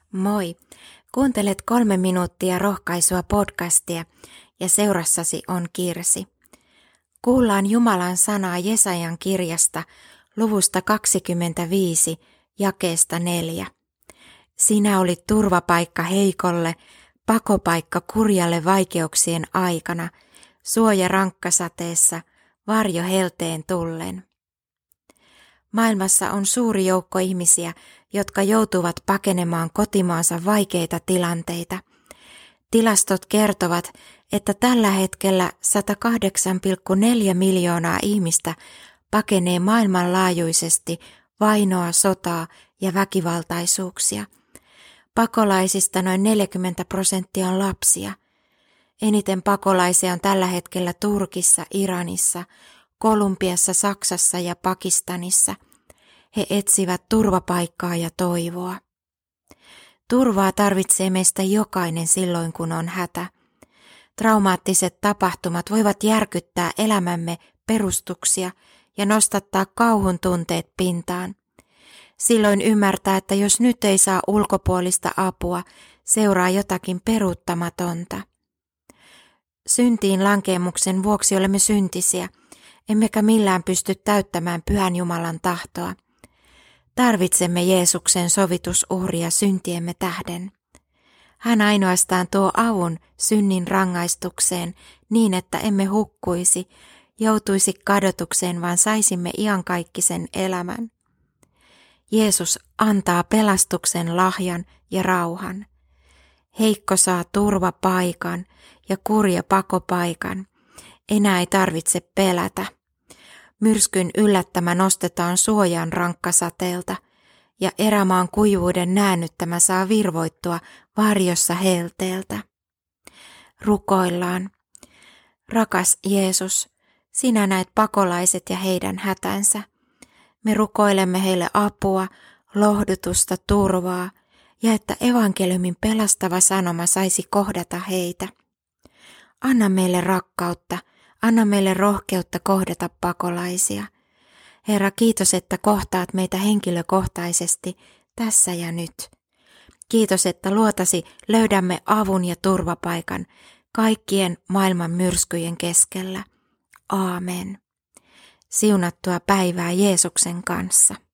Moi! Kuuntelet 3 minuuttia rohkaisua podcastia ja seurassasi on Kirsi. Kuullaan Jumalan sanaa Jesajan kirjasta luvusta 25, jakeesta 4. Sinä olit turvapaikka heikolle, pakopaikka kurjalle vaikeuksien aikana, suoja rankkasateessa, varjo helteen tullen. Maailmassa on suuri joukko ihmisiä, jotka joutuvat pakenemaan kotimaansa vaikeita tilanteita. Tilastot kertovat, että tällä hetkellä 108,4 miljoonaa ihmistä pakenee maailmanlaajuisesti vainoa, sotaa ja väkivaltaisuuksia. Pakolaisista noin 40% on lapsia. Eniten pakolaisia on tällä hetkellä Turkissa, Iranissa, Kolumbiassa, Saksassa ja Pakistanissa. He etsivät turvapaikkaa ja toivoa. Turvaa tarvitsee meistä jokainen silloin, kun on hätä. Traumaattiset tapahtumat voivat järkyttää elämämme perustuksia ja nostattaa kauhun tunteet pintaan. Silloin ymmärtää, että jos nyt ei saa ulkopuolista apua, seuraa jotakin peruuttamatonta. Syntiin lankeemuksen vuoksi olemme syntisiä, emmekä millään pysty täyttämään Pyhän Jumalan tahtoa. Tarvitsemme Jeesuksen sovitusuhria syntiemme tähden. Hän ainoastaan tuo avun synnin rangaistukseen niin, että emme hukkuisi, joutuisi kadotukseen, vaan saisimme iankaikkisen elämän. Jeesus antaa pelastuksen lahjan ja rauhan. Heikko saa turvapaikan ja kurja pakopaikan. Enää ei tarvitse pelätä. Myrskyn yllättämä nostetaan suojaan rankkasateelta ja erämaan kuivuuden näännyttämä saa virvoittua varjossa helteeltä. Rukoillaan. Rakas Jeesus, sinä näet pakolaiset ja heidän hätänsä. Me rukoilemme heille apua, lohdutusta, turvaa ja että evankeliumin pelastava sanoma saisi kohdata heitä. Anna meille rakkautta, anna meille rohkeutta kohdata pakolaisia. Herra, kiitos, että kohtaat meitä henkilökohtaisesti tässä ja nyt. Kiitos, että luotasi löydämme avun ja turvapaikan kaikkien maailman myrskyjen keskellä. Aamen. Siunattua päivää Jeesuksen kanssa.